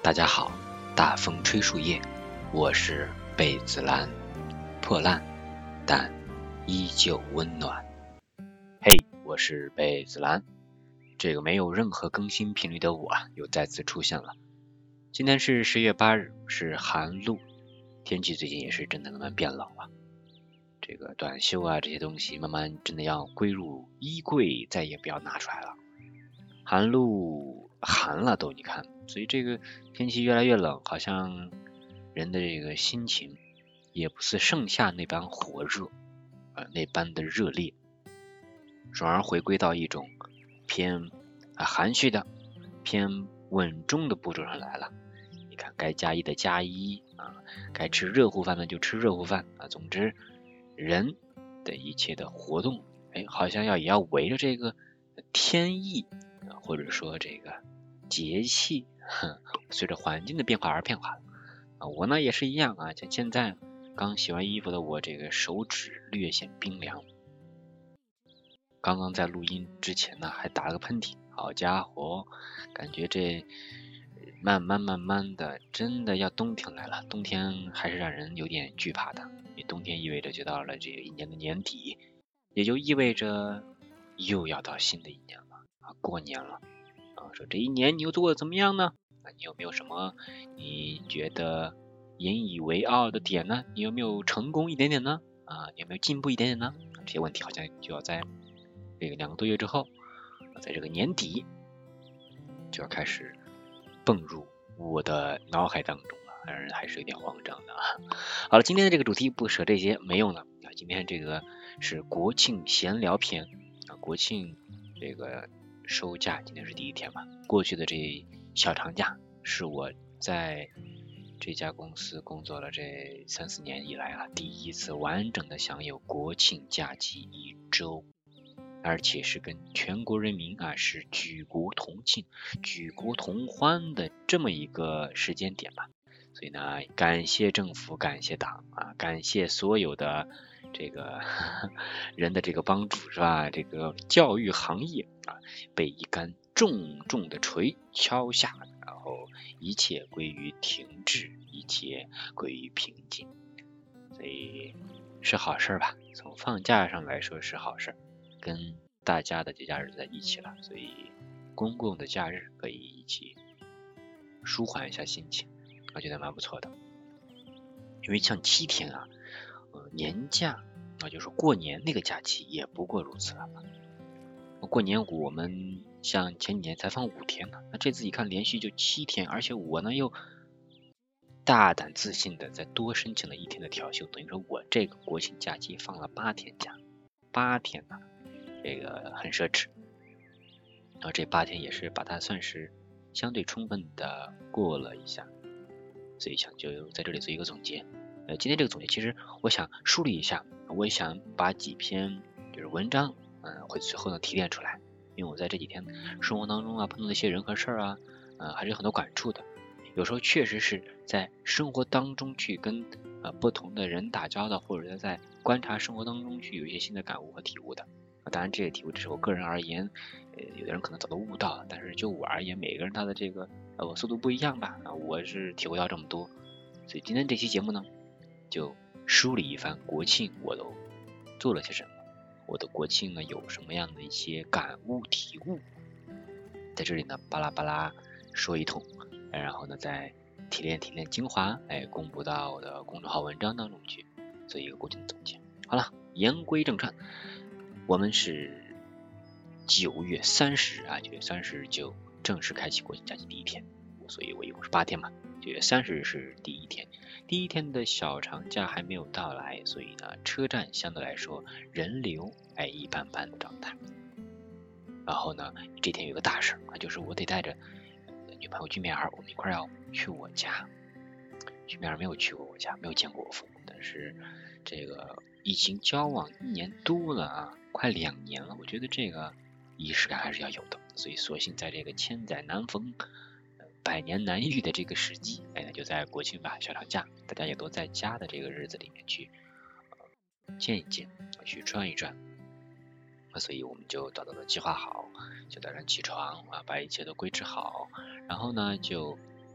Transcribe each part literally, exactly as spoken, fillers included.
大家好，大风吹树叶，我是贝子兰，破烂但依旧温暖。嘿，我是贝子兰，这个没有任何更新频率的我又再次出现了。今天是十月八日，是寒露，天气最近也是真的慢慢变冷了。这个短袖啊这些东西慢慢真的要归入衣柜，再也不要拿出来了。寒露寒了都，你看，所以这个天气越来越冷，好像人的这个心情也不似盛夏那般火热，呃，那般的热烈，转而回归到一种偏啊含蓄的、偏稳重的步骤上来了。你看，该加衣的加衣啊，该吃热乎饭的就吃热乎饭啊。总之，人的一切的活动，哎，好像要也要围着这个天意。或者说这个节气随着环境的变化而变化了啊，我呢也是一样啊，像现在刚洗完衣服的我，这个手指略显冰凉，刚刚在录音之前呢还打了个喷嚏，好家伙，感觉这慢慢慢慢的真的要冬天来了。冬天还是让人有点惧怕的，因为冬天意味着就到了这个一年的年底，也就意味着又要到新的一年了。过年了啊，说这一年你又做的怎么样呢？啊，你有没有什么你觉得引以为傲的点呢？你有没有成功一点点呢？啊，你有没有进步一点点呢？这些问题好像就要在这个两个多月之后，在这个年底就要开始蹦入我的脑海当中了，让人还是有点慌张的啊。好了，今天的这个主题不说这些没用的啊，今天这个是国庆闲聊篇啊，国庆这个收假今天是第一天嘛，过去的这小长假是我在这家公司工作了这三四年以来啊，第一次完整的享有国庆假期一周，而且是跟全国人民啊是举国同庆、举国同欢的这么一个时间点吧。所以呢，感谢政府，感谢党啊，感谢所有的这个人的这个帮助，是吧？这个教育行业啊，被一杆重重的锤敲下，然后一切归于停滞，一切归于平静，所以是好事吧？从放假上来说是好事，跟大家的节假日在一起了，所以公共的假日可以一起舒缓一下心情，我觉得蛮不错的。因为像七天啊，呃，年假啊，就是过年那个假期也不过如此了。过年我们像前几年才放五天呢，那这次一看连续就七天，而且我呢又大胆自信的再多申请了一天的调休，等于说我这个国庆假期放了八天假，八天呢，这个很奢侈。然后这八天也是把它算是相对充分的过了一下，所以想就在这里做一个总结。呃，今天这个总结其实我想梳理一下，我也想把几篇就是文章，嗯、呃，会随后呢提炼出来，因为我在这几天生活当中啊碰到的一些人和事儿啊，呃，还是有很多感触的。有时候确实是在生活当中去跟呃不同的人打交道，或者在观察生活当中去有一些新的感悟和体悟的。当然这个体悟只是我个人而言，呃，有的人可能早都悟到了，但是就我而言，每个人他的这个呃速度不一样吧，啊，我是体会到这么多，所以今天这期节目呢，就梳理一番国庆我都做了些什么，我的国庆呢有什么样的一些感悟体悟，在这里呢巴拉巴拉说一通，然后呢再提炼提炼精华，哎，公布到我的公众号文章当中去，做一个国庆的总结。好了，言归正传。我们是九月三十日啊，九月三十日就正式开启国庆假期第一天，所以我一共是八天嘛。九月三十日是第一天，第一天的小长假还没有到来，所以呢，车站相对来说人流哎一般般的状态。然后呢，这天有个大事啊，就是我得带着女朋友去面儿，我们一块要去我家。去面儿没有去过我家，没有见过我父母，但是这个已经交往一年多了啊，快两年了，我觉得这个仪式感还是要有的，所以索性在这个千载难逢、百年难遇的这个时机，哎，就在国庆吧小长假，大家也都在家的这个日子里面去、呃、见一见，去转一转，所以我们就早早的计划好，就早上起床啊，把一切都规制好，然后呢就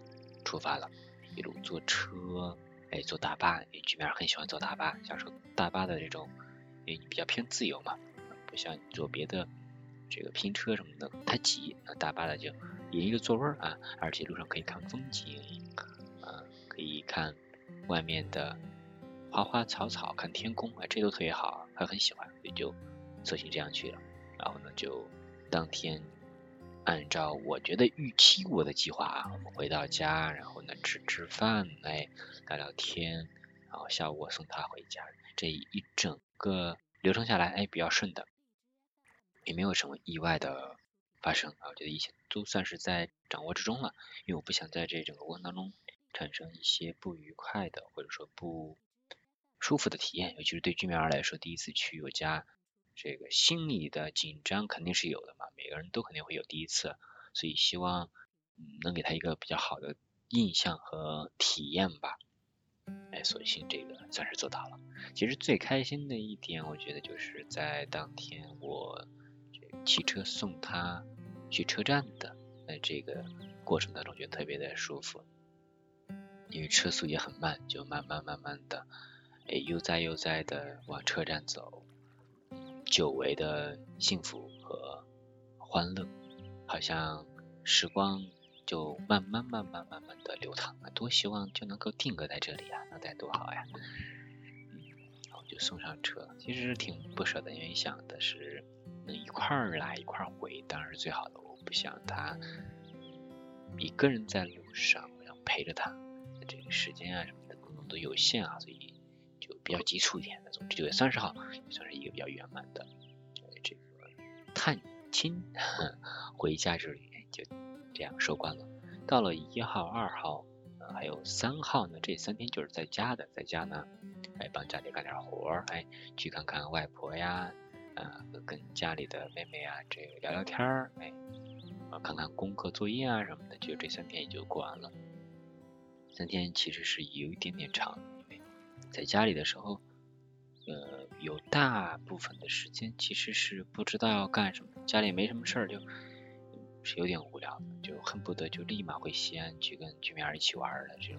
出发了，一路坐车，哎，坐大巴，哎，居民很喜欢坐大巴，享受大巴的这种，因为你比较偏自由嘛，不像你坐别的这个拼车什么的太挤，那大巴的就一个座位啊，而且路上可以看风景，啊，可以看外面的花花草草，看天空，哎，这都特别好，他很喜欢，所以就索性这样去了。然后呢，就当天按照我觉得预期我的计划啊，我们回到家，然后呢吃吃饭，哎，聊聊天，然后下午我送他回家，这一整个流程下来，哎，比较顺的，也没有什么意外的发生啊，我觉得一切都算是在掌握之中了，因为我不想在这整个过程当中产生一些不愉快的或者说不舒服的体验，尤其是对居民儿来说，第一次去我家，这个心理的紧张肯定是有的嘛，每个人都肯定会有第一次，所以希望嗯能给他一个比较好的印象和体验吧。哎，所幸这个算是做到了。其实最开心的一点，我觉得就是在当天我这个骑车送他去车站的那这个过程当中，觉得特别的舒服，因为车速也很慢，就慢慢慢慢的，哎，悠哉悠哉的往车站走，久违的幸福和欢乐，好像时光就慢慢慢慢慢慢的流淌了，多希望就能够定格在这里啊，那该多好呀！嗯，然后就送上车，其实挺不舍的，因为想的是能一块儿来一块儿回，当然是最好的。我不想他一个人在路上，我想陪着他，这个时间啊什么的可能都有限啊，所以就比较急促一点的。总之九月三十号也算是一个比较圆满的这个探亲回家之旅，就这样收官了。到了一号、二号，呃，还有三号呢，这三天就是在家的，在家呢，哎，帮家里干点活儿，哎，去看看外婆呀，啊、呃，跟家里的妹妹啊，这个聊聊天儿，哎，啊，看看功课作业啊什么的，就这三天也就过完了。三天其实是有一点点长，因为在家里的时候，呃，有大部分的时间其实是不知道要干什么，家里没什么事儿，就是有点无聊的，就恨不得就立马回西安去跟居民儿一起玩的这种，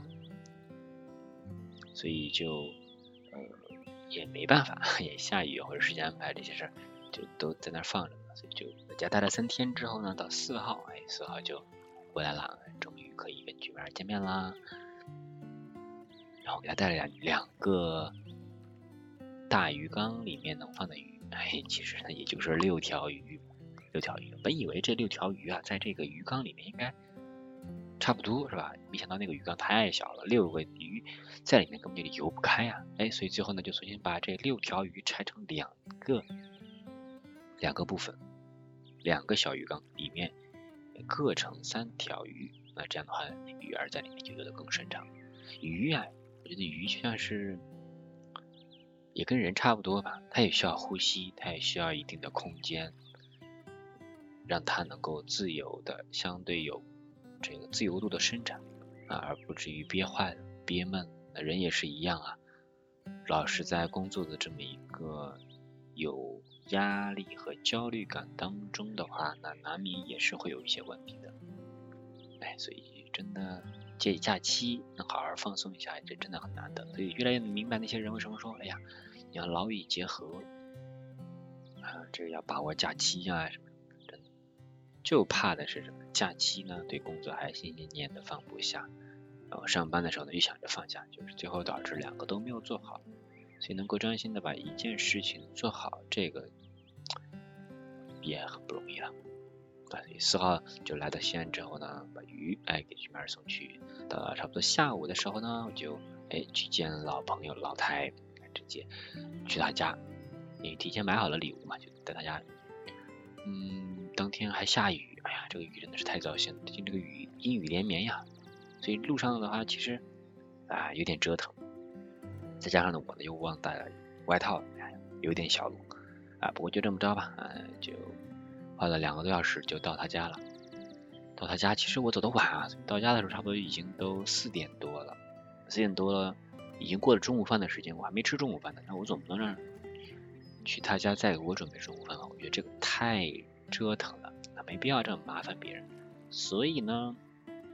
所以就呃也没办法，也下雨或者时间安排这些事儿就都在那儿放着呢，所以就在家待了三天之后呢，到四号，哎，四号就回来了，终于可以跟居民儿见面啦。然后给他带了两两个大鱼缸，里面能放的鱼，哎，其实呢也就是六条鱼，六条鱼。本以为这六条鱼啊，在这个鱼缸里面应该差不多是吧？没想到那个鱼缸太小了，六个鱼在里面根本就游不开啊！哎，所以最后呢，就索性把这六条鱼拆成两个两个部分，两个小鱼缸里面各盛三条鱼，那这样的话，鱼儿在里面就游得更顺畅。鱼啊，我觉得鱼就像是也跟人差不多吧，它也需要呼吸，它也需要一定的空间，让它能够自由的，相对有这个自由度的生长啊，而不至于憋坏了、憋闷。那人也是一样啊，老是在工作的这么一个有压力和焦虑感当中的话，那难免也是会有一些问题的。哎，所以真的借假期能好好放松一下，这真的很难得。所以越来越明白那些人为什么说，哎呀，你要劳逸结合啊，这个要把握假期啊什么什么，真的就怕的是什么？假期呢，对工作还心心念的放不下，然后上班的时候呢，又想着放下，就是最后导致两个都没有做好。所以能够专心的把一件事情做好，这个也很不容易了。所以四号就来到西安之后呢，把鱼哎给居民儿送去，到了差不多下午的时候呢，我就哎去见老朋友老台，直接去他家，因为提前买好了礼物嘛，就在他家。嗯，当天还下雨，哎呀，这个雨真的是太糟心了，最近这个雨阴雨连绵呀，所以路上的话其实啊有点折腾，再加上呢我呢又忘带了外套，哎有点小冷啊，不过就这么着吧，啊就花了两个多小时就到他家了。到他家其实我走得晚啊，到家的时候差不多已经都四点多了，四点多了已经过了中午饭的时间，我还没吃中午饭呢，那我总不能让去他家再给我准备中午饭吧，我觉得这个太折腾了，那没必要这么麻烦别人。所以呢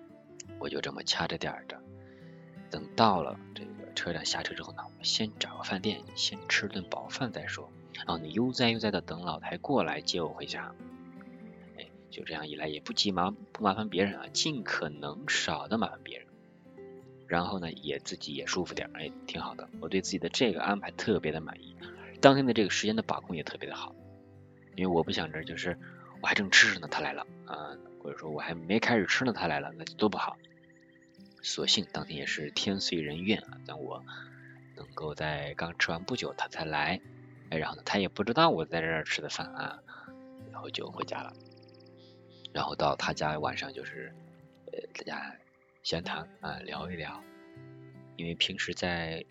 我就这么掐着点儿的，等到了这个车站下车之后呢，我先找个饭店先吃顿饱饭再说，然后呢悠哉悠哉的等老太过来接我回家。哎，就这样一来也不急忙不麻烦别人啊，尽可能少的麻烦别人，然后呢也自己也舒服点，哎，挺好的。我对自己的这个安排特别的满意，当天的这个时间的把控也特别的好，因为我不想着就是我还正吃着呢他来了啊，或者说我还没开始吃呢他来了，那就多不好。所幸当天也是天遂人愿啊，等我能够在刚吃完不久他才来，哎，然后呢他也不知道我在这儿吃的饭啊，然后就回家了。然后到他家晚上就是呃大家闲谈啊，聊一聊，因为平时在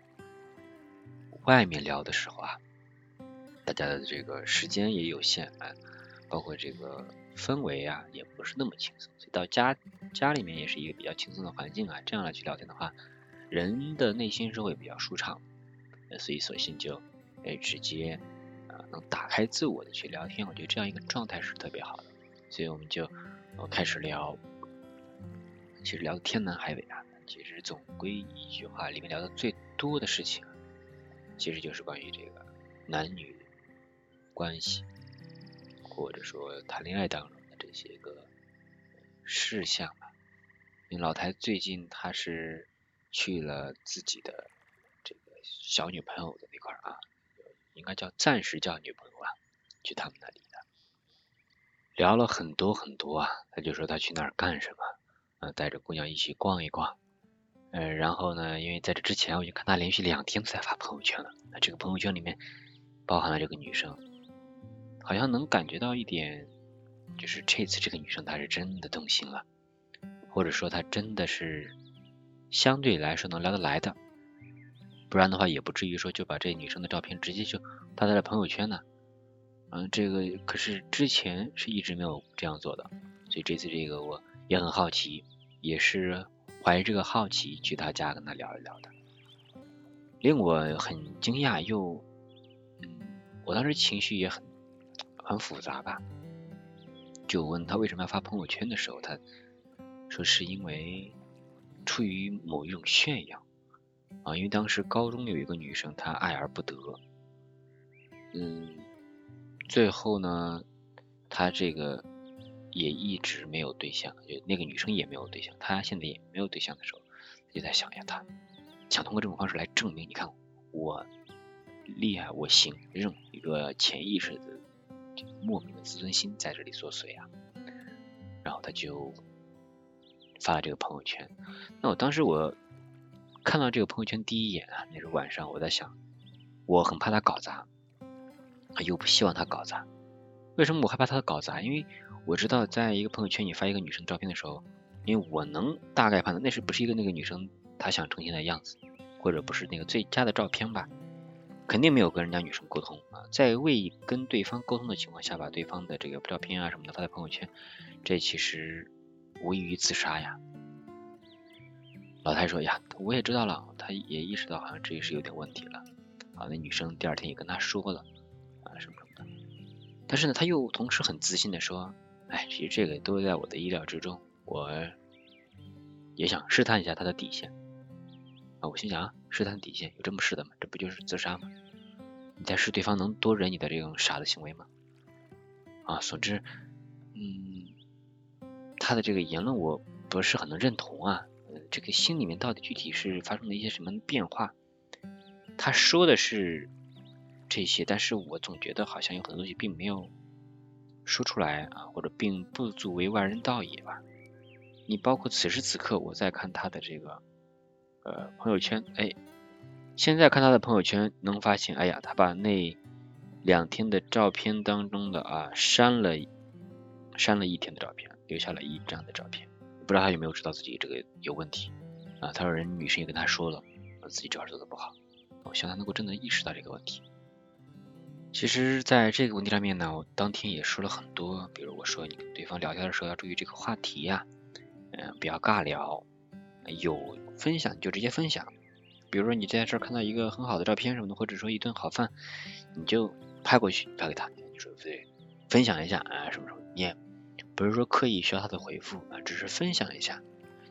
外面聊的时候啊，大家的这个时间也有限啊，包括这个氛围啊也不是那么轻松，所以到家家里面也是一个比较轻松的环境啊，这样来去聊天的话，人的内心是会比较舒畅，所以索性就哎直接啊能打开自我的去聊天，我觉得这样一个状态是特别好的，所以我们就呃开始聊，其实聊的天南海北啊，其实总归一句话，里面聊的最多的事情，其实就是关于这个男女关系，或者说谈恋爱当中的这些个事项吧。因为老台最近他是去了自己的这个小女朋友的那块啊，应该叫暂时叫女朋友啊，去他们那里的，聊了很多很多啊。他就说他去那儿干什么，呃，带着姑娘一起逛一逛，呃，然后呢，因为在这之前我就看他连续两天在发朋友圈了，那这个朋友圈里面包含了这个女生，好像能感觉到一点，就是这次这个女生她是真的动心了，或者说她真的是相对来说能聊得来的，不然的话也不至于说就把这女生的照片直接就发在了朋友圈呢。嗯，这个可是之前是一直没有这样做的，所以这次这个我也很好奇，也是怀着这个好奇去他家跟他聊一聊的。令我很惊讶又，嗯，我当时情绪也很很复杂吧，就问他为什么要发朋友圈的时候，他说是因为出于某一种炫耀啊，因为当时高中有一个女生她爱而不得，嗯，最后呢，他这个也一直没有对象，就那个女生也没有对象，他现在也没有对象的时候，就在想呀，他想通过这种方式来证明，你看我厉害，我行，这种一个潜意识的这个莫名的自尊心在这里作祟啊，然后他就发了这个朋友圈。那我当时我看到这个朋友圈第一眼啊，那是晚上，我在想，我很怕他搞砸，又不希望他搞砸。为什么我害怕他搞砸？因为我知道，在一个朋友圈你发一个女生照片的时候，因为我能大概判断那是不是一个那个女生她想呈现的样子，或者不是那个最佳的照片吧，肯定没有跟人家女生沟通啊，在未跟对方沟通的情况下，把对方的这个照片啊什么的发在朋友圈，这其实无异于自杀呀。老太说呀，我也知道了，他也意识到好像这也是有点问题了。啊，那女生第二天也跟他说了啊什么什么的，但是呢，他又同时很自信的说，哎，其实这个都在我的意料之中，我也想试探一下他的底线啊。我心想啊，试探底线有这么试的吗？这不就是自杀吗？你在试对方能多忍你的这种傻的行为吗？啊，总之，嗯，他的这个言论我不是很能认同啊。这个心里面到底具体是发生了一些什么变化？他说的是这些，但是我总觉得好像有很多东西并没有说出来啊，或者并不足为外人道也吧。你包括此时此刻我在看他的这个呃朋友圈，哎，现在看他的朋友圈能发现，哎呀，他把那两天的照片当中的啊删了删了一天的照片，留下了一张的照片。不知道他有没有知道自己这个有问题啊？他说人女生也跟他说了，自己这儿做的不好，我希望他能够真的意识到这个问题。其实在这个问题上面呢，我当天也说了很多，比如我说你跟对方聊天的时候要注意这个话题呀、啊，嗯、呃，不要尬聊，有分享就直接分享。比如说你在这儿看到一个很好的照片什么的，或者说一顿好饭，你就拍过去发给他，你说对，分享一下啊什么什么，你也不是说刻意需要他的回复啊，只是分享一下。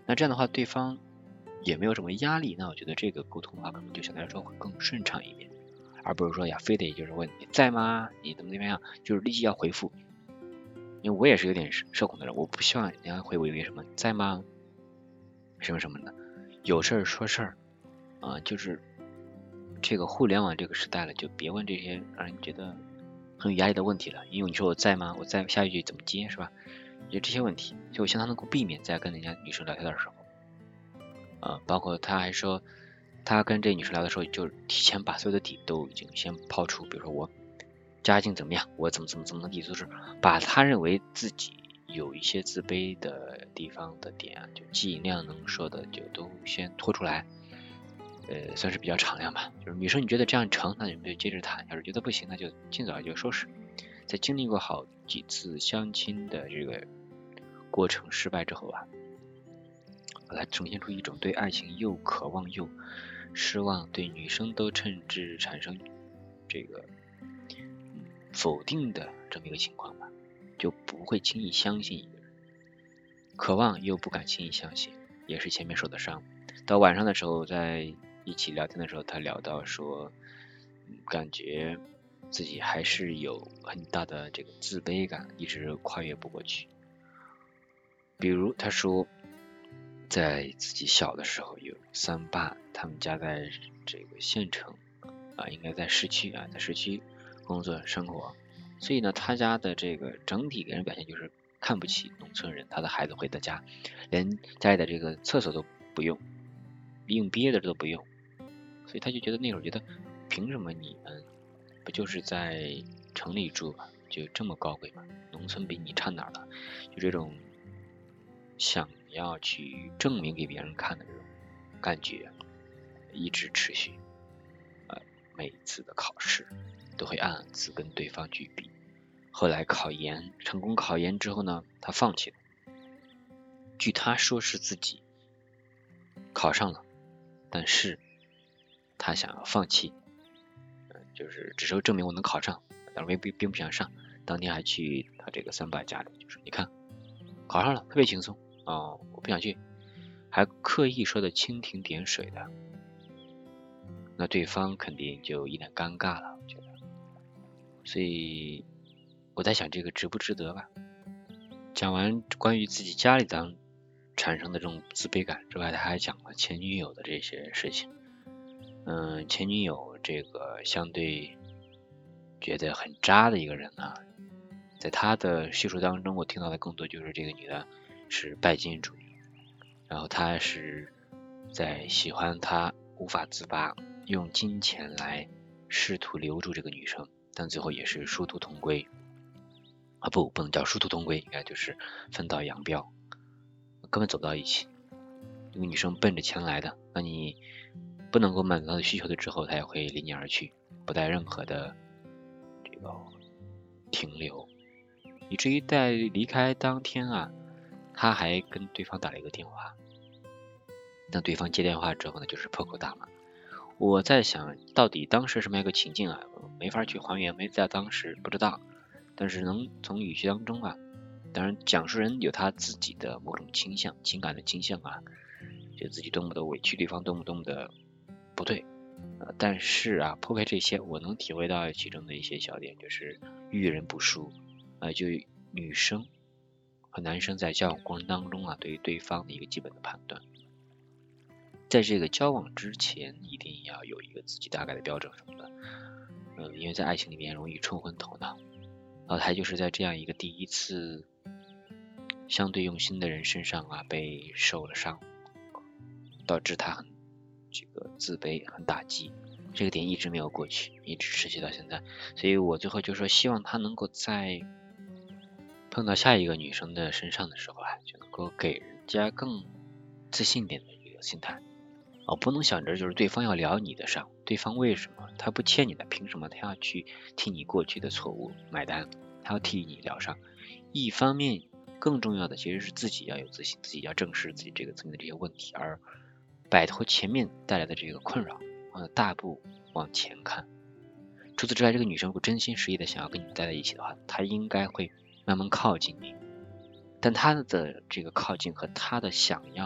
那这样的话对方也没有什么压力，那我觉得这个沟通的话可能就相对来说会更顺畅一点，而不是说呀非得就是问你在吗，你怎么怎么样，就是立即要回复。因为我也是有点社恐的人，我不希望人家回我一个什么在吗什么什么的，有事儿说事儿啊，就是这个互联网这个时代了，就别问这些让人觉得很有压力的问题了。因为你说我在吗？我在，下一句怎么接是吧？就这些问题，就我希望他能够避免在跟人家女生聊天的时候，呃，包括他还说，他跟这女生聊的时候，就提前把所有的底都已经先抛出，比如说我家境怎么样，我怎么怎么怎么的底，就是把他认为自己有一些自卑的地方的点啊，就尽量能说的就都先拖出来。呃，算是比较敞亮吧。就是女生你觉得这样成，那你们就接着谈；要是觉得不行，那就尽早就收拾。在经历过好几次相亲的这个过程失败之后啊，把它呈现出一种对爱情又渴望又失望，对女生都甚至产生这个、嗯、否定的这么一个情况吧，就不会轻易相信一个人，渴望又不敢轻易相信，也是前面受的伤。到晚上的时候，在一起聊天的时候，他聊到说，嗯、感觉自己还是有很大的这个自卑感，一直跨越不过去。比如他说，在自己小的时候有三爸，他们家在这个县城啊，应该在市区啊，在市区工作生活，所以呢，他家的这个整体给人表现就是看不起农村人，他的孩子回到家，连家里的这个厕所都不用，硬憋着都不用，所以他就觉得那会儿觉得，凭什么你们不就是在城里住吧，就这么高贵吗？农村比你差哪儿了？就这种想要去证明给别人看的这种感觉，一直持续。呃，每次的考试都会暗自跟对方去比。后来考研成功考研之后呢，他放弃了。据他说是自己考上了，但是他想要放弃，呃、就是只是证明我能考上，但是并并不想上。当天还去他这个三爸家里，就是你看考上了，特别轻松哦，我不想去，还刻意说的蜻蜓点水的，那对方肯定就一脸尴尬了，我觉得。所以我在想这个值不值得吧。讲完关于自己家里当产生的这种自卑感之外，他还讲了前女友的这些事情。嗯，前女友这个相对觉得很渣的一个人啊，在他的叙述当中，我听到的更多就是这个女的是拜金主义，然后他是在喜欢他无法自拔，用金钱来试图留住这个女生，但最后也是殊途同归啊，不，不能叫殊途同归，应该就是分道扬镳，根本走不到一起。这个女生奔着钱来的，那你不能够满足她的需求的之后，她也会离你而去，不带任何的这个停留，以至于在离开当天啊，他还跟对方打了一个电话。当对方接电话之后呢，就是破口大骂。我在想，到底当时什么样一个情境啊？没法去还原，没在当时不知道，但是能从语气当中啊，当然讲述人有他自己的某种倾向，情感的倾向啊，觉得自己多么的委屈，对方多么多么的不对。呃，但是啊，抛开这些，我能体会到其中的一些小点，就是遇人不淑，呃，就女生和男生在交往过程当中啊，对于对方的一个基本的判断。在这个交往之前，一定要有一个自己大概的标准什么的，嗯，因为在爱情里面容易冲昏头脑。老台就是在这样一个第一次相对用心的人身上啊，被受了伤，导致他很这个自卑，很打击，这个点一直没有过去，一直持续到现在。所以我最后就说，希望他能够在碰到下一个女生的身上的时候啊，就能够给人家更自信点的一个心态。哦，不能想着就是对方要疗你的伤，对方为什么他不欠你的，凭什么他要去替你过去的错误买单，他要替你疗伤。一方面更重要的其实是自己要有自信，自己要正视自己这个层面的这些问题，而摆脱前面带来的这个困扰，呃，大步往前看。除此之外，这个女生如果真心实意的想要跟你待在一起的话，她应该会慢慢靠近你，但她的这个靠近和她的想要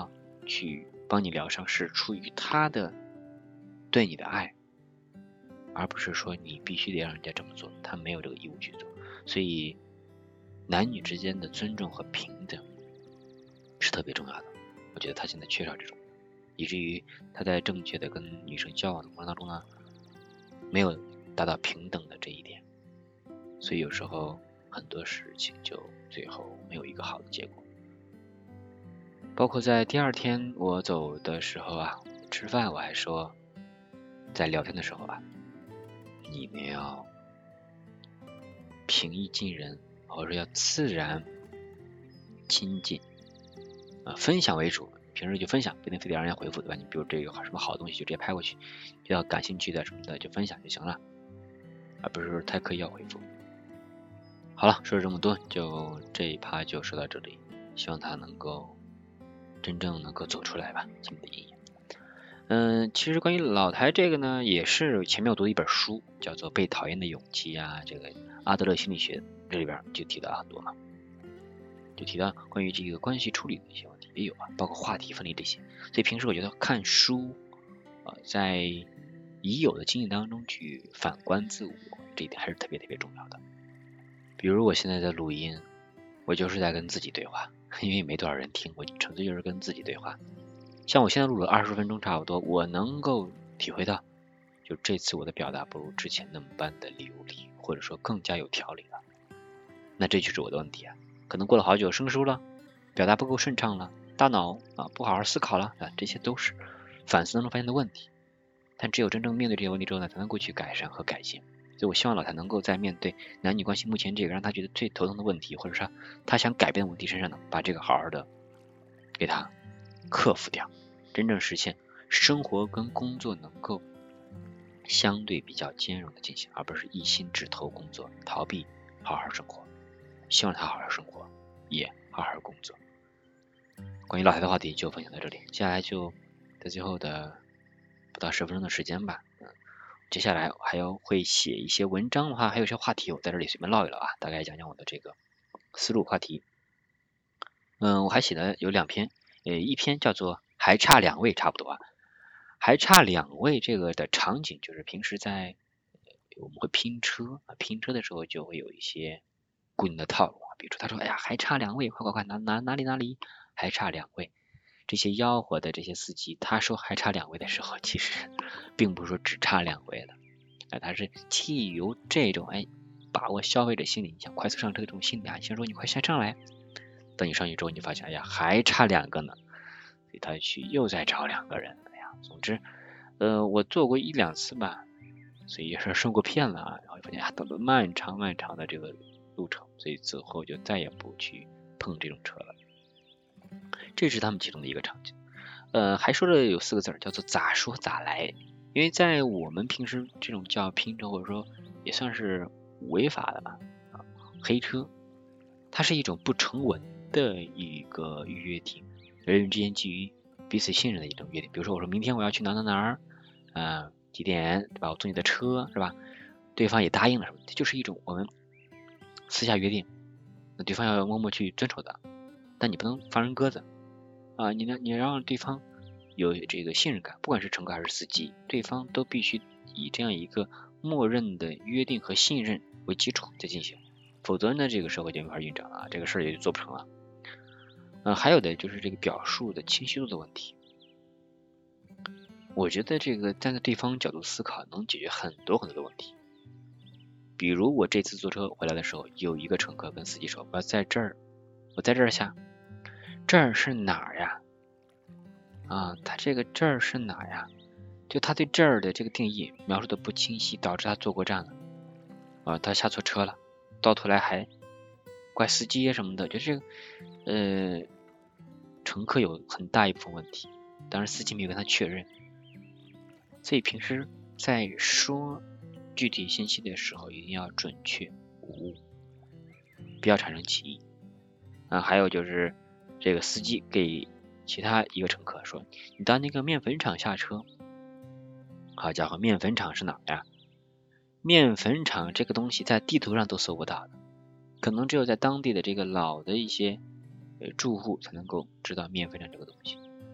去帮你疗伤，是出于他的对你的爱，而不是说你必须得让人家这么做，他没有这个义务去做。所以男女之间的尊重和平等是特别重要的，我觉得他现在缺少这种，以至于他在正确的跟女生交往的过程当中呢，没有达到平等的这一点，所以有时候很多事情就最后没有一个好的结果。包括在第二天我走的时候啊，吃饭我还说，在聊天的时候啊，你们要平易近人，或者说要自然亲近，呃，分享为主，平时就分享，不一定非得让人家回复，对吧？你比如这个什么好东西就直接拍过去，比较感兴趣的什么的就分享就行了，而不是太刻意要回复。好了，说了这么多，就这一趴就说到这里，希望他能够真正能够走出来吧，心里的阴影。嗯，其实关于老台这个呢，也是前面我读的一本书，叫做《被讨厌的勇气》啊，这个阿德勒心理学这里边就提到很多嘛，就提到关于这个关系处理的一些问题也有啊，包括话题分离这些。所以平时我觉得看书，呃，在已有的经验当中去反观自我，这一点还是特别特别重要的。比如我现在在录音，我就是在跟自己对话，因为没多少人听，我纯粹就是跟自己对话。像我现在录了二十分钟差不多，我能够体会到，就这次我的表达不如之前那么般的流利，或者说更加有条理了。那这就是我的问题啊，可能过了好久生疏了，表达不够顺畅了，大脑啊不好好思考了啊，这些都是反思当中发现的问题。但只有真正面对这些问题之后呢，才能够去改善和改进。所以我希望老太能够在面对男女关系目前这个让他觉得最头疼的问题，或者说他想改变的问题身上呢，把这个好好的给他克服掉，真正实现生活跟工作能够相对比较兼容的进行，而不是一心只投工作，逃避好好生活。希望他好好生活，也好好工作。关于老台的话题就分享到这里，接下来就在最后的不到十分钟的时间吧，嗯，接下来还要会写一些文章的话，还有一些话题，我在这里随便唠一唠啊，大概讲讲我的这个思路话题。嗯，我还写了有两篇，呃，一篇叫做还差两位，差不多啊，还差两位这个的场景就是平时在我们会拼车啊，拼车的时候就会有一些固定的套路啊，比如说他说，哎呀，还差两位，快快快，哪哪哪里哪里还差两位。这些吆喝的这些司机，他说还差两位的时候，其实并不是说只差两位的，哎，他是基于这种哎把握消费者心理，你想快速上车的这种心理啊，先说你快先上来，等你上去之后，你发现哎呀还差两个呢，所以他去又再找两个人，哎呀，总之，呃，我做过一两次吧，所以也是受过骗了啊，然后发现啊，走了漫长漫长的这个路程，所以之后就再也不去碰这种车了。这是他们其中的一个场景，呃，还说了有四个字叫做咋说咋来，因为在我们平时这种叫拼车或者说也算是违法的吧，啊，黑车，它是一种不成文的一个约定，人与人之间基于彼此信任的一种约定。比如说我说明天我要去哪哪哪儿，呃，几点对吧？我坐你的车是吧？对方也答应了什么，这就是一种我们私下约定，那对方要默默去遵守的，但你不能放人鸽子。啊，你呢？你让对方有这个信任感，不管是乘客还是司机，对方都必须以这样一个默认的约定和信任为基础再进行，否则呢，这个社会就没法运转了啊，这个事儿也就做不成了。呃，还有的就是这个表述的清晰度的问题。我觉得这个站在对方角度思考，能解决很多很多的问题。比如我这次坐车回来的时候，有一个乘客跟司机说：“我要在这儿，我在这儿下。”这儿是哪儿呀？啊，他这个这儿是哪呀？就他对这儿的这个定义描述的不清晰，导致他坐过站了，啊，他下错车了，到头来还怪司机什么的，就这个呃，乘客有很大一部分问题，当然司机没有跟他确认，所以平时在说具体信息的时候一定要准确无误，不要产生歧义。啊，还有就是这个司机给其他一个乘客说，你到那个面粉厂下车。好家伙，面粉厂是哪呀？面粉厂这个东西在地图上都搜不到的，可能只有在当地的这个老的一些呃住户才能够知道面粉厂这个东西。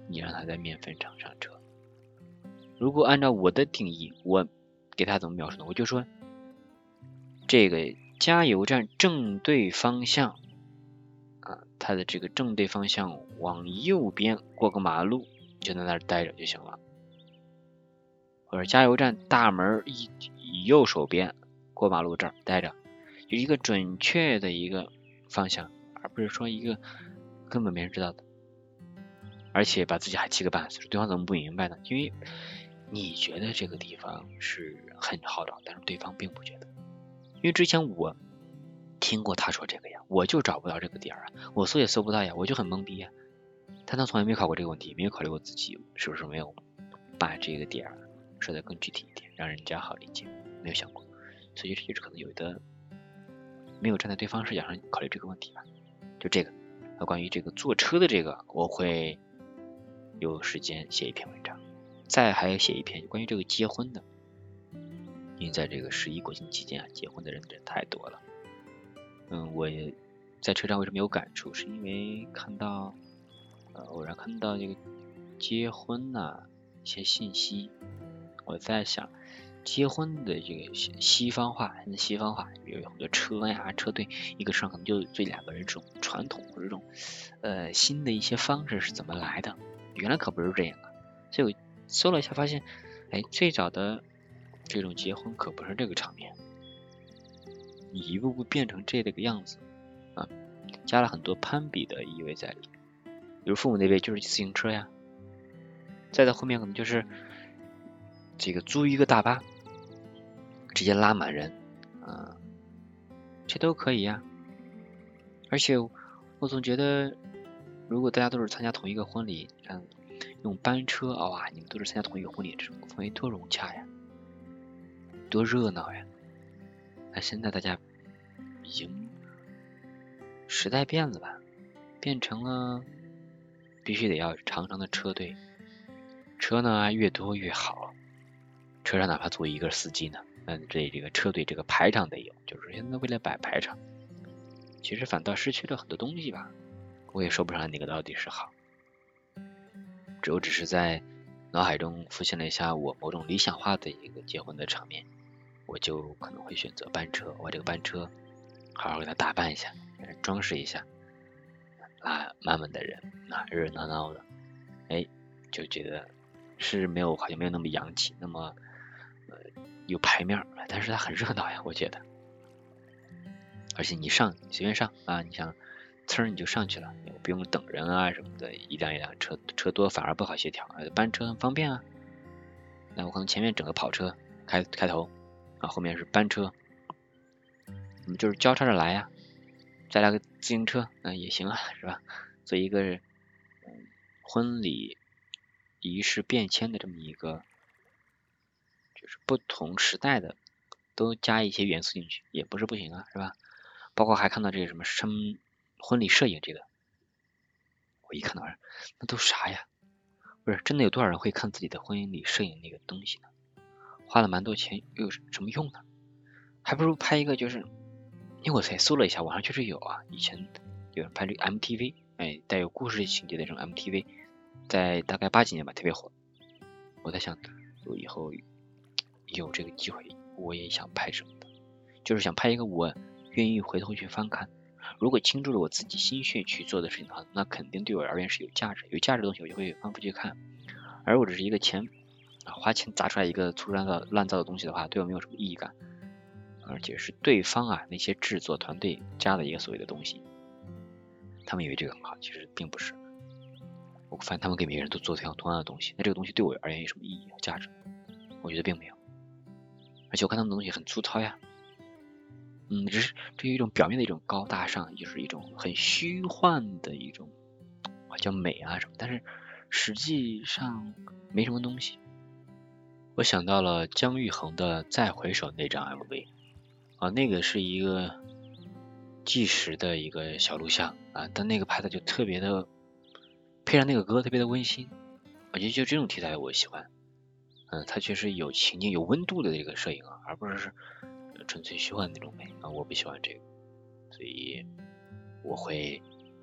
你让他在面粉厂上车。如果按照我的定义，我给他怎么描述呢？我就说这个加油站正对方向啊，它的这个正对方向往右边过个马路，就在那儿待着就行了。或者加油站大门一以右手边过马路这儿待着，有一个准确的一个方向，而不是说一个根本没人知道的，而且把自己还气个半死，对方怎么不明白呢？因为你觉得这个地方是很好找，但是对方并不觉得。因为之前我听过他说这个呀，我就找不到这个点儿啊，我搜也搜不到呀，我就很懵逼呀。但他从来没考过这个问题，没有考虑过自己是不是没有把这个点儿说得更具体一点，让人家好理解，没有想过，所以这就是可能有的没有站在对方视角上考虑这个问题吧。就这个，关于这个坐车的这个，我会有时间写一篇文章，再还写一篇关于这个结婚的，因为在这个十一国庆期间啊，结婚的人真太多了。嗯，我也在车上为什么有感触，是因为看到呃偶然看到这个结婚啊一些信息，我在想结婚的这个西方化，西方化有很多车呀车队，一个车上可能就这两个人，这种传统或者这种呃新的一些方式是怎么来的，原来可不是这样啊。所以我搜了一下发现，哎，最早的这种结婚可不是这个场面，你一步步变成这个样子啊，加了很多攀比的意味在里面。比如父母那边就是自行车呀，再到后面可能就是这个租一个大巴，直接拉满人啊，这都可以呀。而且我总觉得，如果大家都是参加同一个婚礼，嗯，用班车啊，哇，你们都是参加同一个婚礼，这种氛围多融洽呀，多热闹呀。那现在大家已经时代变了吧，变成了必须得要长长的车队，车呢越多越好，车上哪怕坐一个司机呢，嗯，这这个车队这个排场得有，就是现在为了摆排场，其实反倒失去了很多东西吧。我也说不上哪个到底是好，只我只是在脑海中浮现了一下我某种理想化的一个结婚的场面，我就可能会选择班车，我这个班车好好给它打扮一下，装饰一下，啊，满满的人啊，热热闹闹的，哎，就觉得是没有好像没有那么洋气，那么呃有排面，但是它很热闹呀，我觉得。而且你上你随便上啊，你想呲你就上去了，也不用等人啊什么的，一辆一辆车车多反而不好协调，班车很方便啊。那我可能前面整个跑车开开头啊，后面是班车，我们就是交叉着来呀，再来个自行车，嗯、呃、也行啊，是吧？做一个嗯婚礼仪式变迁的这么一个，就是不同时代的都加一些元素进去，也不是不行啊，是吧？包括还看到这个什么生婚礼摄影这个，我一看到那都啥呀？不是真的有多少人会看自己的婚礼摄影那个东西呢？花了蛮多钱又有什么用呢？还不如拍一个就是，因为我才搜了一下，网上确实有啊，以前有人拍这个 M T V， 哎，带有故事情节的这种 M T V， 在大概八几年吧特别火。我在想，我以后有这个机会，我也想拍什么的，就是想拍一个我愿意回头去翻看，如果倾注了我自己心血去做的事情的话，那肯定对我而言是有价值，有价值的东西我就会反复去看。而我只是一个钱啊花钱砸出来一个粗乱造乱造的东西的话，对我没有什么意义感，而且是对方啊那些制作团队加的一个所谓的东西，他们以为这个很好，其实并不是。我发现他们给每个人都做同样同样的东西，那这个东西对我而言有什么意义和价值？我觉得并没有。而且我看他们的东西很粗糙呀，嗯，只是这有一种表面的一种高大上，就是一种很虚幻的一种叫美啊什么，但是实际上没什么东西。我想到了姜育恒的《再回首》那张 M V 啊，那个是一个纪实的一个小录像啊，但那个拍的就特别的，配上那个歌特别的温馨，我觉得就这种题材我喜欢。嗯，它确实有情境有温度的这个摄影啊，而不是纯粹虚幻的那种美啊，我不喜欢这个，所以我会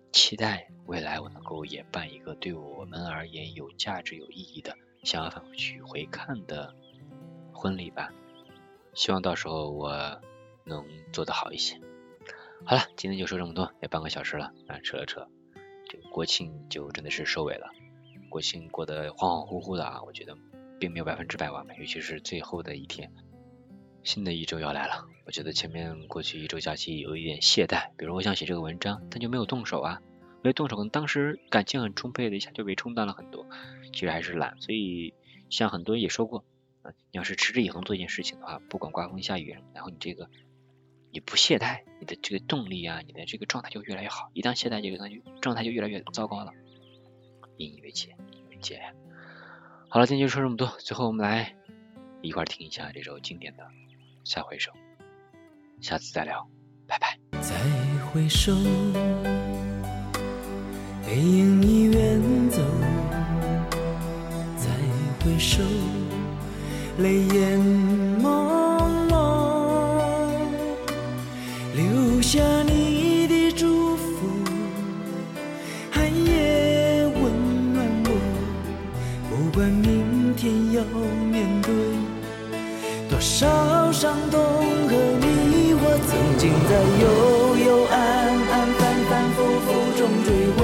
期待未来我能够也办一个对我们而言有价值、有意义的，想要反复去回看的婚礼吧。希望到时候我能做得好一些。好了，今天就说这么多，也半个小时了啊，扯了扯。这个国庆就真的是收尾了，国庆过得恍恍惚惚的啊，我觉得并没有百分之百完美，尤其是最后的一天。新的一周要来了，我觉得前面过去一周假期有一点懈怠，比如我想写这个文章，但就没有动手啊，没有动手，可能当时感情很充沛的，一下就被冲淡了很多，其实还是懒。所以像很多人也说过，啊，你要是持之以恒做一件事情的话，不管刮风下雨，然后你这个你不懈怠，你的这个动力啊，你的这个状态就越来越好，一旦懈怠，这个状态就越来越糟糕了。引以为戒，引以为戒。好了，今天就说这么多，最后我们来一块听一下这首经典的再回首，下次再聊，拜拜。 再回首，背影已远走，再回首，泪眼朦胧，留下你的祝福，寒夜温暖我，不管明天要面对多少伤痛和迷惑，曾经在幽幽暗暗反反复复中追问，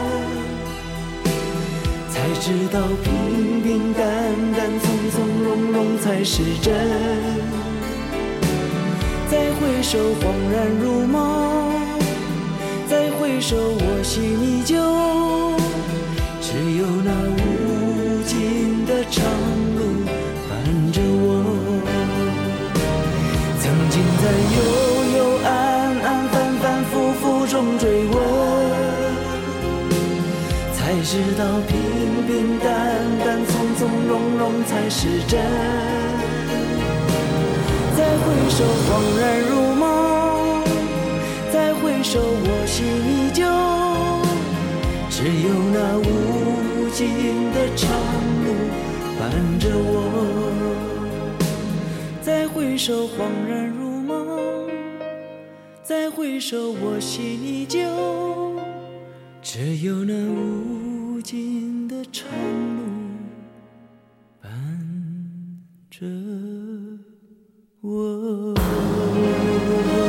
才知道平平淡淡从从容容才是真。再回首恍然如梦，再回首我心依旧，只有那无尽的长路伴着我。曾经在幽幽暗暗反反复复中追问，才知道平平淡淡从从容容才是真。再回首恍然如梦，再回首我心依旧，只有那无尽的长路伴着我。再回首恍然如梦，再回首我心依旧，只有那无尽的长路伴着我。